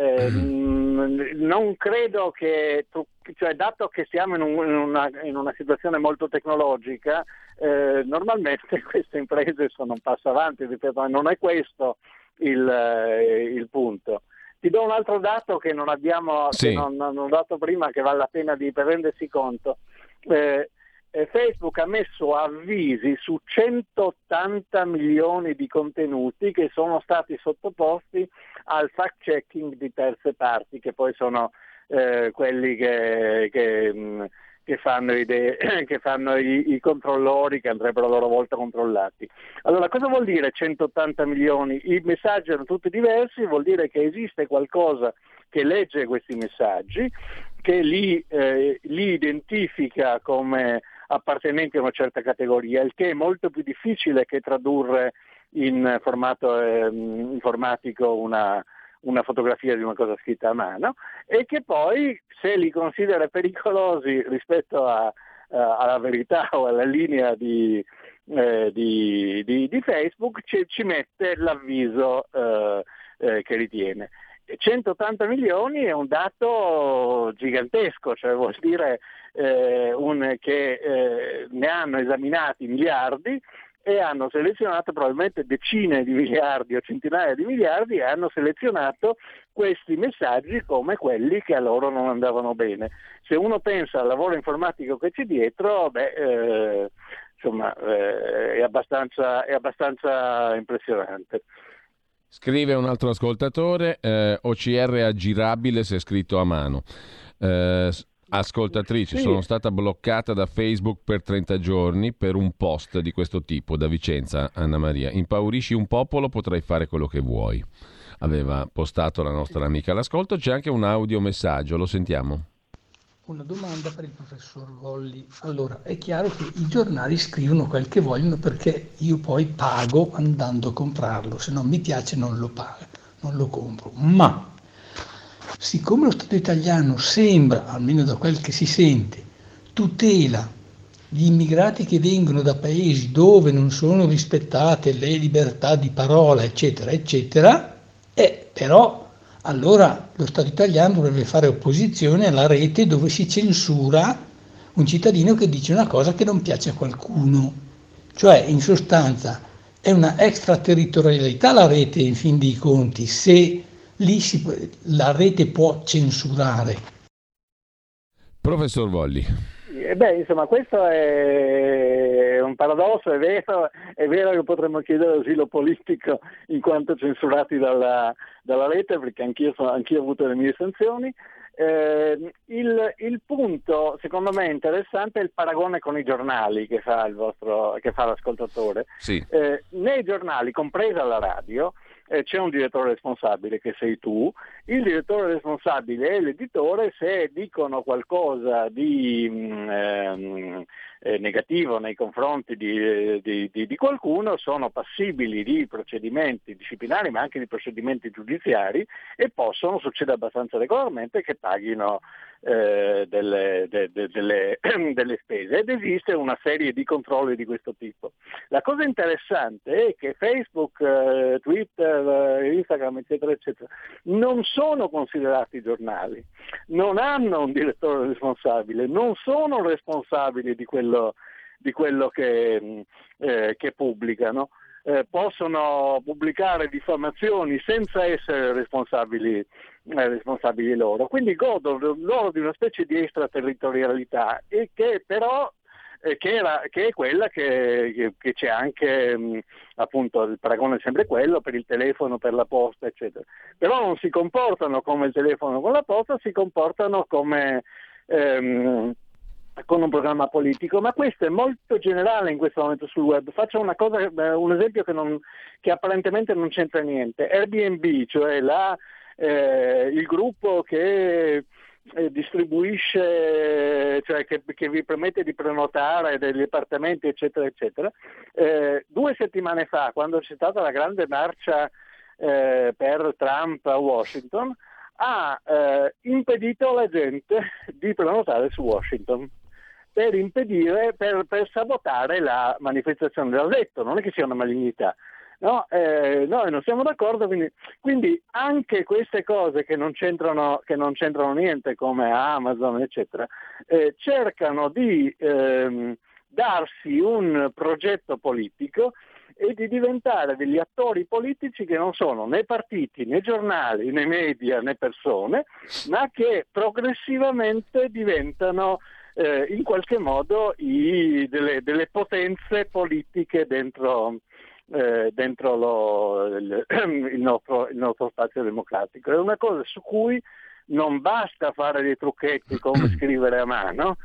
Non credo che, dato che siamo in una situazione molto tecnologica, normalmente queste imprese sono un passo avanti, ripeto, non è questo il punto. Ti do un altro dato che non abbiamo, che non ho dato prima, che vale la pena per rendersi conto. Facebook ha messo avvisi su 180 milioni di contenuti che sono stati sottoposti al fact checking di terze parti, che poi sono quelli che fanno i controllori, che andrebbero a loro volta controllati. Allora, cosa vuol dire 180 milioni? I messaggi erano tutti diversi, vuol dire che esiste qualcosa che legge questi messaggi, che li identifica come appartenenti a una certa categoria, il che è molto più difficile che tradurre in formato informatico una fotografia di una cosa scritta a mano, e che poi, se li considera pericolosi rispetto alla verità o alla linea di Facebook, ci mette l'avviso che ritiene. 180 milioni è un dato gigantesco, cioè vuol dire che ne hanno esaminati miliardi e hanno selezionato probabilmente decine di miliardi o centinaia di miliardi, e hanno selezionato questi messaggi come quelli che a loro non andavano bene. Se uno pensa al lavoro informatico che c'è dietro, è abbastanza impressionante. Scrive un altro ascoltatore, OCR aggirabile se scritto a mano. Ascoltatrice, sì. Sono stata bloccata da Facebook per 30 giorni per un post di questo tipo, da Vicenza, Anna Maria. Impaurisci un popolo, potrai fare quello che vuoi. Aveva postato la nostra amica all'ascolto. C'è anche un audiomessaggio, lo sentiamo. Una domanda per il professor Volli. Allora, è chiaro che i giornali scrivono quel che vogliono, perché io poi pago andando a comprarlo, se non mi piace non lo compro. Ma siccome lo Stato italiano sembra, almeno da quel che si sente, tutela gli immigrati che vengono da paesi dove non sono rispettate le libertà di parola, eccetera, eccetera, però allora lo Stato italiano dovrebbe fare opposizione alla rete dove si censura un cittadino che dice una cosa che non piace a qualcuno. Cioè, in sostanza, è una extraterritorialità la rete, in fin dei conti, se lì la rete può censurare. Professor Volli. insomma, questo è un paradosso, è vero che potremmo chiedere asilo politico in quanto censurati dalla rete, perché anch'io ho avuto le mie sanzioni. Il punto, secondo me, interessante è il paragone con i giornali che fa l'ascoltatore. Sì. Nei giornali, compresa la radio, c'è un direttore responsabile che sei tu. Il direttore responsabile e l'editore, se dicono qualcosa di negativo nei confronti di qualcuno, sono passibili di procedimenti disciplinari ma anche di procedimenti giudiziari, e succede abbastanza regolarmente che paghino delle spese, ed esiste una serie di controlli di questo tipo. La cosa interessante è che Facebook, Twitter, Instagram, eccetera eccetera, non sono considerati giornali, non hanno un direttore responsabile, non sono responsabili di quello che pubblicano. Possono pubblicare diffamazioni senza essere responsabili loro, quindi godono loro di una specie di extraterritorialità, e che però che è quella che c'è anche, appunto, il paragone è sempre quello per il telefono, per la posta, eccetera. Però non si comportano come il telefono con la posta, si comportano come con un programma politico, ma questo è molto generale in questo momento sul web. Faccio un esempio che apparentemente non c'entra niente. Airbnb, cioè il gruppo che distribuisce, cioè che vi permette di prenotare degli appartamenti, eccetera eccetera, 2 settimane fa, quando c'è stata la grande marcia per Trump a Washington, ha impedito alla gente di prenotare su Washington per sabotare la manifestazione. L'ha detto, non è che sia una malignità. No, noi non siamo d'accordo, quindi anche queste cose che non c'entrano niente, come Amazon, eccetera, cercano di darsi un progetto politico e di diventare degli attori politici che non sono né partiti, né giornali, né media, né persone, ma che progressivamente diventano in qualche modo delle potenze politiche dentro il nostro spazio democratico. È una cosa su cui non basta fare dei trucchetti come scrivere a mano,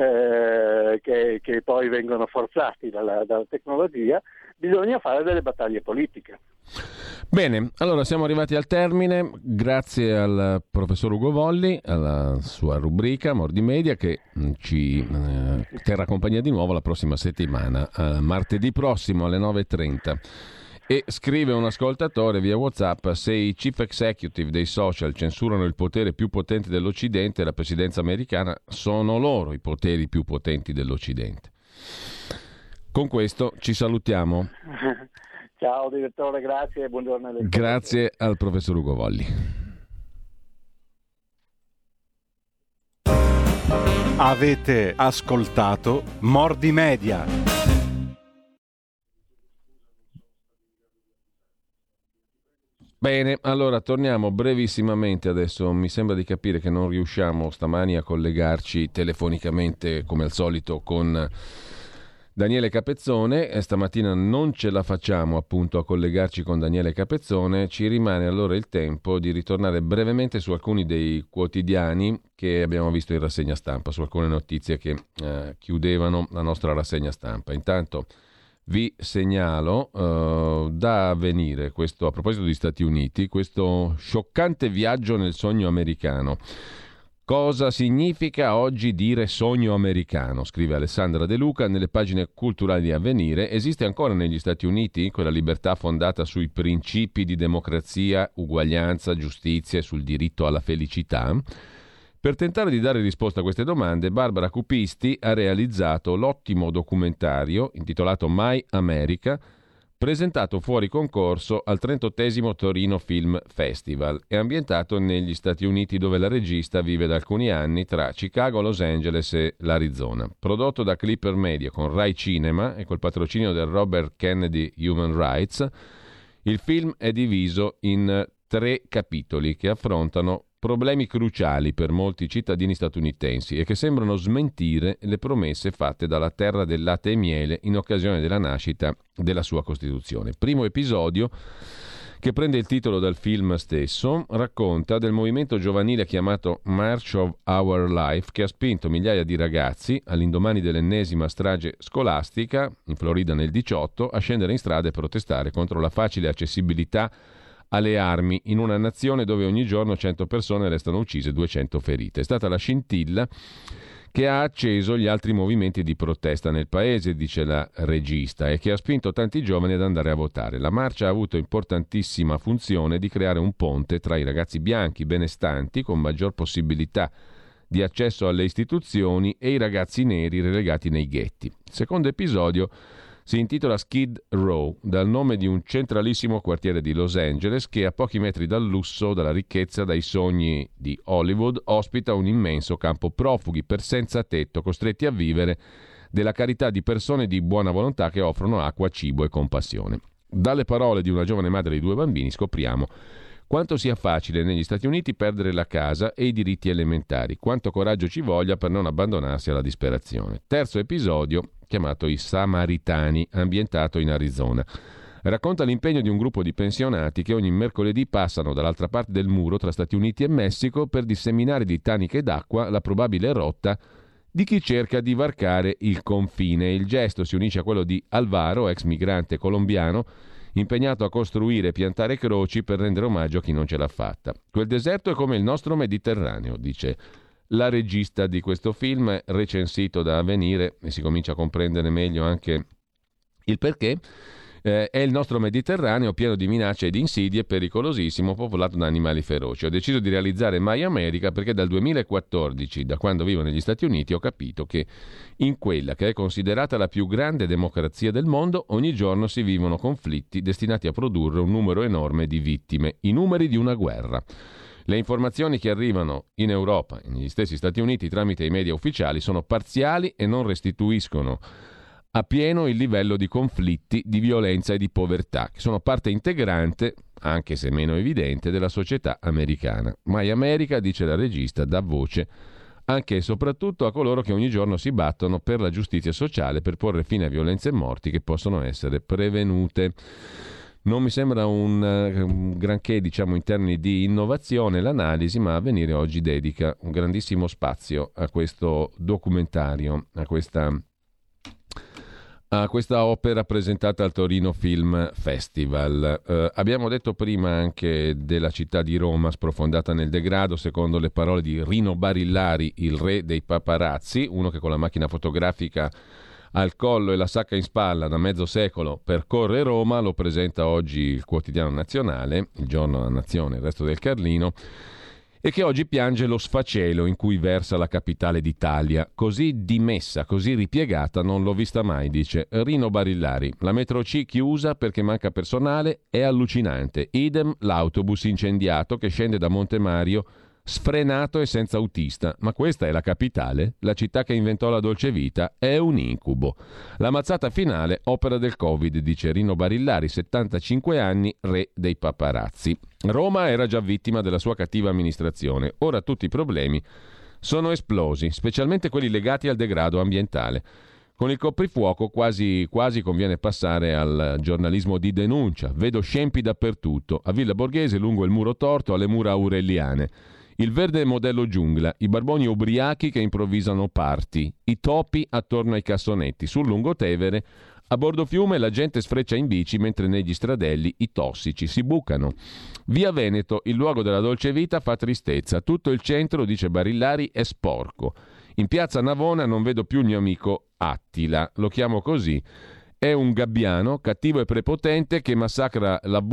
che poi vengono forzati dalla tecnologia. Bisogna fare delle battaglie politiche. Bene, allora siamo arrivati al termine. Grazie al professor Ugo Volli, alla sua rubrica Mordi Media, che ci terrà compagnia di nuovo la prossima settimana, martedì prossimo alle 9:30. E scrive un ascoltatore via WhatsApp: se i chief executive dei social censurano il potere più potente dell'Occidente, la presidenza americana, sono loro i poteri più potenti dell'Occidente. Con questo ci salutiamo. Ciao direttore, grazie e buongiorno a lei. Grazie al professor Ugo Volli. Avete ascoltato Mordi Media. Bene, allora torniamo brevissimamente adesso. Mi sembra di capire che non riusciamo stamani a collegarci telefonicamente come al solito con Daniele Capezzone. Stamattina non ce la facciamo appunto a collegarci con Daniele Capezzone. Ci rimane allora il tempo di ritornare brevemente su alcuni dei quotidiani che abbiamo visto in rassegna stampa, su alcune notizie che chiudevano la nostra rassegna stampa. Intanto vi segnalo da Avvenire, questo a proposito di Stati Uniti, questo scioccante viaggio nel sogno americano. Cosa significa oggi dire sogno americano? Scrive Alessandra De Luca nelle pagine culturali di Avvenire. Esiste ancora negli Stati Uniti quella libertà fondata sui principi di democrazia, uguaglianza, giustizia e sul diritto alla felicità? Per tentare di dare risposta a queste domande, Barbara Cupisti ha realizzato l'ottimo documentario intitolato My America, presentato fuori concorso al 38° Torino Film Festival. È ambientato negli Stati Uniti, dove la regista vive da alcuni anni tra Chicago, Los Angeles e l'Arizona. Prodotto da Clipper Media con Rai Cinema e col patrocinio del Robert Kennedy Human Rights, il film è diviso in 3 capitoli che affrontano problemi cruciali per molti cittadini statunitensi e che sembrano smentire le promesse fatte dalla terra del latte e miele in occasione della nascita della sua Costituzione. Primo episodio, che prende il titolo dal film stesso, racconta del movimento giovanile chiamato March of Our Life, che ha spinto migliaia di ragazzi, all'indomani dell'ennesima strage scolastica in Florida nel 2018, a scendere in strada e protestare contro la facile accessibilità alle armi in una nazione dove ogni giorno 100 persone restano uccise e 200 ferite. È stata la scintilla che ha acceso gli altri movimenti di protesta nel paese, dice la regista, e che ha spinto tanti giovani ad andare a votare. La marcia ha avuto importantissima funzione di creare un ponte tra i ragazzi bianchi benestanti con maggior possibilità di accesso alle istituzioni e i ragazzi neri relegati nei ghetti. Il secondo episodio si intitola Skid Row, dal nome di un centralissimo quartiere di Los Angeles che, a pochi metri dal lusso, dalla ricchezza, dai sogni di Hollywood, ospita un immenso campo profughi per senza tetto, costretti a vivere della carità di persone di buona volontà che offrono acqua, cibo e compassione. Dalle parole di una giovane madre di 2 bambini scopriamo quanto sia facile negli Stati Uniti perdere la casa e i diritti elementari, quanto coraggio ci voglia per non abbandonarsi alla disperazione. Terzo episodio, chiamato I Samaritani, ambientato in Arizona. Racconta l'impegno di un gruppo di pensionati che ogni mercoledì passano dall'altra parte del muro tra Stati Uniti e Messico per disseminare di taniche d'acqua la probabile rotta di chi cerca di varcare il confine. Il gesto si unisce a quello di Alvaro, ex migrante colombiano, impegnato a costruire e piantare croci per rendere omaggio a chi non ce l'ha fatta. Quel deserto è come il nostro Mediterraneo, dice la regista di questo film, recensito da Avvenire, e si comincia a comprendere meglio anche il perché. È il nostro Mediterraneo pieno di minacce e di insidie, pericolosissimo, popolato da animali feroci. Ho deciso di realizzare My America perché dal 2014, da quando vivo negli Stati Uniti, ho capito che in quella che è considerata la più grande democrazia del mondo, ogni giorno si vivono conflitti destinati a produrre un numero enorme di vittime, i numeri di una guerra. Le informazioni che arrivano in Europa e negli stessi Stati Uniti tramite i media ufficiali sono parziali e non restituiscono a pieno il livello di conflitti, di violenza e di povertà, che sono parte integrante, anche se meno evidente, della società americana. My America, dice la regista, dà voce anche e soprattutto a coloro che ogni giorno si battono per la giustizia sociale, per porre fine a violenze e morti che possono essere prevenute. Non mi sembra un granché, diciamo, in termini di innovazione l'analisi, ma Avvenire oggi dedica un grandissimo spazio a questo documentario, a questa opera presentata al Torino Film Festival. Abbiamo detto prima anche della città di Roma sprofondata nel degrado, secondo le parole di Rino Barillari, il re dei paparazzi, uno che con la macchina fotografica al collo e la sacca in spalla da mezzo secolo percorre Roma. Lo presenta oggi il Quotidiano Nazionale, il Giorno della Nazione, il Resto del Carlino, e che oggi piange lo sfacelo in cui versa la capitale d'Italia. Così dimessa, così ripiegata non l'ho vista mai, dice Rino Barillari. La metro C chiusa perché manca personale è allucinante. Idem l'autobus incendiato che scende da Monte Mario sfrenato e senza autista. Ma questa è la capitale? La città che inventò la dolce vita? È un incubo. La mazzata finale, opera del Covid, dice Rino Barillari, 75 anni, re dei paparazzi. Roma era già vittima della sua cattiva amministrazione. Ora tutti i problemi sono esplosi, specialmente quelli legati al degrado ambientale. Con il coprifuoco quasi conviene passare al giornalismo di denuncia. Vedo scempi dappertutto, a Villa Borghese, lungo il muro torto, alle mura aureliane. Il verde modello giungla, i barboni ubriachi che improvvisano party, i topi attorno ai cassonetti, sul lungotevere, a bordo fiume la gente sfreccia in bici mentre negli stradelli i tossici si bucano. Via Veneto, il luogo della dolce vita, fa tristezza. Tutto il centro, dice Barillari, è sporco. In piazza Navona non vedo più il mio amico Attila, lo chiamo così. È un gabbiano cattivo e prepotente che massacra le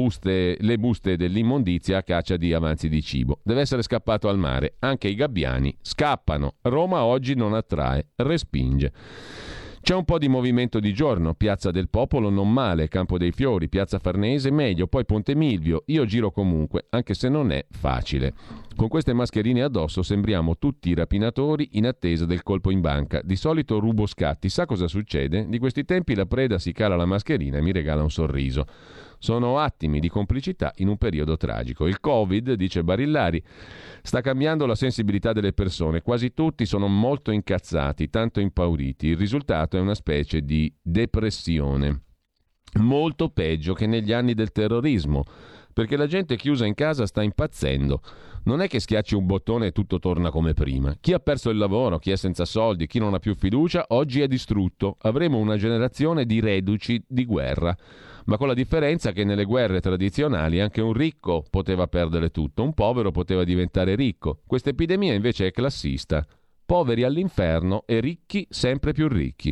buste dell'immondizia a caccia di avanzi di cibo. Deve essere scappato al mare. Anche i gabbiani scappano. Roma oggi non attrae, respinge. C'è un po' di movimento di giorno, Piazza del Popolo non male, Campo dei Fiori, Piazza Farnese meglio, poi Ponte Milvio. Io giro comunque, anche se non è facile. Con queste mascherine addosso sembriamo tutti rapinatori in attesa del colpo in banca. Di solito rubo scatti, sa cosa succede? Di questi tempi la preda si cala la mascherina e mi regala un sorriso. Sono attimi di complicità in un periodo tragico. Il Covid, dice Barillari, sta cambiando la sensibilità delle persone. Quasi tutti sono molto incazzati, tanto impauriti. Il risultato è una specie di depressione. Molto peggio che negli anni del terrorismo, perché la gente chiusa in casa sta impazzendo. Non è che schiacci un bottone e tutto torna come prima. Chi ha perso il lavoro, chi è senza soldi, chi non ha più fiducia, oggi è distrutto. Avremo una generazione di reduci di guerra. Ma con la differenza che nelle guerre tradizionali anche un ricco poteva perdere tutto, un povero poteva diventare ricco. Questa epidemia invece è classista. Poveri all'inferno e ricchi sempre più ricchi.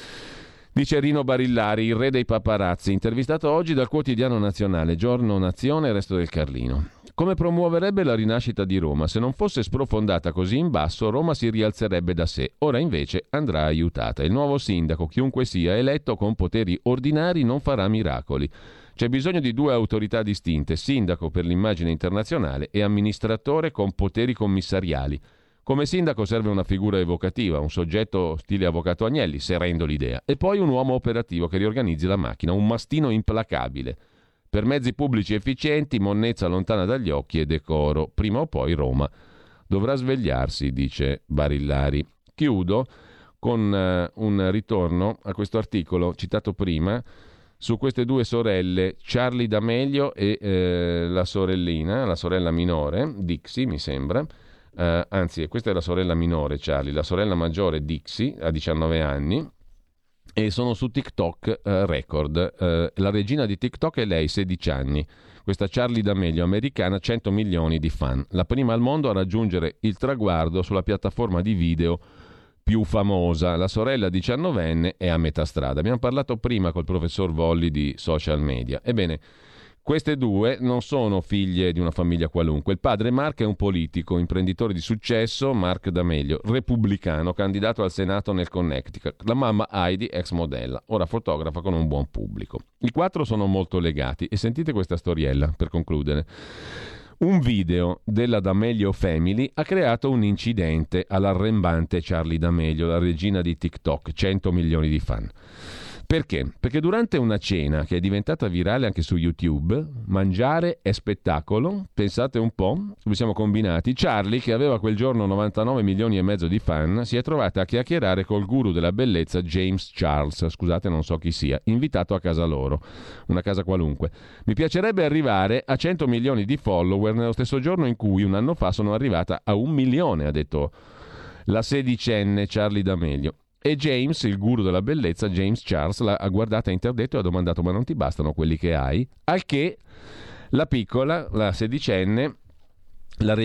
Dice Rino Barillari, il re dei paparazzi, intervistato oggi dal Quotidiano Nazionale, Giorno, Nazione e Resto del Carlino. Come promuoverebbe la rinascita di Roma? Se non fosse sprofondata così in basso, Roma si rialzerebbe da sé. Ora invece andrà aiutata. Il nuovo sindaco, chiunque sia, eletto con poteri ordinari, non farà miracoli. C'è bisogno di due autorità distinte, sindaco per l'immagine internazionale e amministratore con poteri commissariali. Come sindaco serve una figura evocativa, un soggetto stile avvocato Agnelli, serendo l'idea, e poi un uomo operativo che riorganizzi la macchina, un mastino implacabile. Per mezzi pubblici efficienti, monnezza lontana dagli occhi e decoro. Prima o poi Roma dovrà svegliarsi, dice Barillari. Chiudo con un ritorno a questo articolo citato prima su queste due sorelle, Charli D'Amelio e la sorellina, la sorella minore, Dixie mi sembra. Anzi, questa è la sorella minore, Charlie, la sorella maggiore, Dixie, ha 19 anni e sono su TikTok record. La regina di TikTok è lei, 16 anni. Questa Charli D'Amelio americana, 100 milioni di fan. La prima al mondo a raggiungere il traguardo sulla piattaforma di video più famosa. La sorella 19enne è a metà strada. Abbiamo parlato prima col professor Volli di social media. Ebbene, queste due non sono figlie di una famiglia qualunque. Il padre Mark è un politico, imprenditore di successo, Mark D'Amelio, repubblicano, candidato al Senato nel Connecticut. La mamma Heidi, ex modella, ora fotografa con un buon pubblico. I quattro sono molto legati e sentite questa storiella per concludere. Un video della D'Amelio Family ha creato un incidente all'arrembante Charli D'Amelio, la regina di TikTok, 100 milioni di fan. Perché? Perché durante una cena che è diventata virale anche su YouTube, mangiare è spettacolo, pensate un po', come siamo combinati, Charlie, che aveva quel giorno 99 milioni e mezzo di fan, si è trovata a chiacchierare col guru della bellezza James Charles, scusate non so chi sia, invitato a casa loro, una casa qualunque. Mi piacerebbe arrivare a 100 milioni di follower nello stesso giorno in cui un anno fa sono arrivata a 1 milione, ha detto la 16enne Charli D'Amelio. E James, il guru della bellezza, James Charles, l'ha guardata interdetto e ha domandato: ma non ti bastano quelli che hai? Al che la piccola, la 16enne, la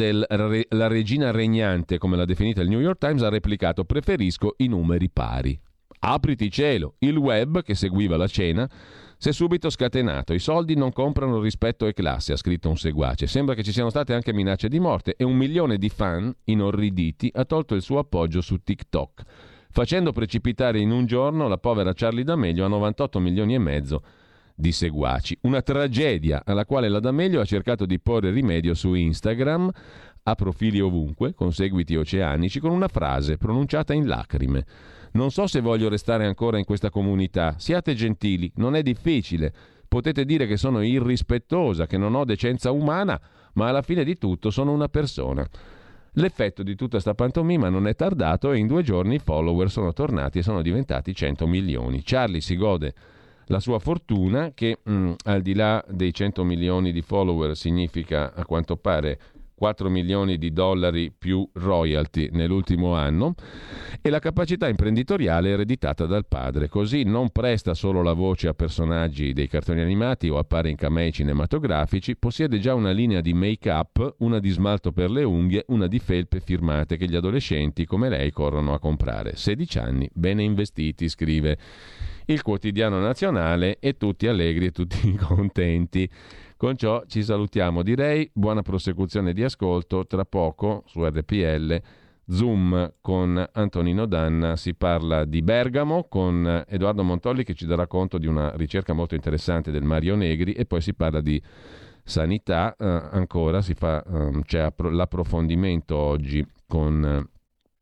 regina regnante, come l'ha definita il New York Times, ha replicato: preferisco i numeri pari. Apriti cielo, il web, che seguiva la cena, si è subito scatenato. I soldi non comprano rispetto e classe, ha scritto un seguace. Sembra che ci siano state anche minacce di morte e 1 milione di fan, inorriditi, ha tolto il suo appoggio su TikTok, facendo precipitare in un giorno la povera Charli D'Amelio a 98 milioni e mezzo di seguaci. Una tragedia alla quale la D'Amelio ha cercato di porre rimedio su Instagram, a profili ovunque, con seguiti oceanici, con una frase pronunciata in lacrime. Non so se voglio restare ancora in questa comunità. Siate gentili, non è difficile. Potete dire che sono irrispettosa, che non ho decenza umana, ma alla fine di tutto sono una persona. L'effetto di tutta sta pantomima non è tardato e in 2 giorni i follower sono tornati e sono diventati 100 milioni. Charlie si gode la sua fortuna che al di là dei 100 milioni di follower significa a quanto pare 4 milioni di dollari più royalty nell'ultimo anno, e la capacità imprenditoriale ereditata dal padre. Così non presta solo la voce a personaggi dei cartoni animati o appare in camei cinematografici, possiede già una linea di make-up, una di smalto per le unghie, una di felpe firmate che gli adolescenti come lei corrono a comprare. 16 anni, bene investiti, scrive il Quotidiano Nazionale, e tutti allegri e tutti contenti. Con ciò ci salutiamo, direi. Buona prosecuzione di ascolto. Tra poco su RPL Zoom con Antonino Danna si parla di Bergamo con Edoardo Montolli, che ci darà conto di una ricerca molto interessante del Mario Negri, e poi si parla di sanità. Ancora c'è l'approfondimento oggi con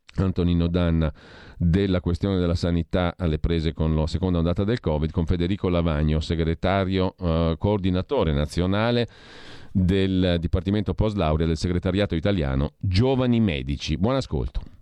Antonino Danna, della questione della sanità alle prese con la seconda ondata del Covid, con Federico Lavagno, segretario coordinatore nazionale del Dipartimento Post Laurea del Segretariato Italiano Giovani Medici. Buon ascolto.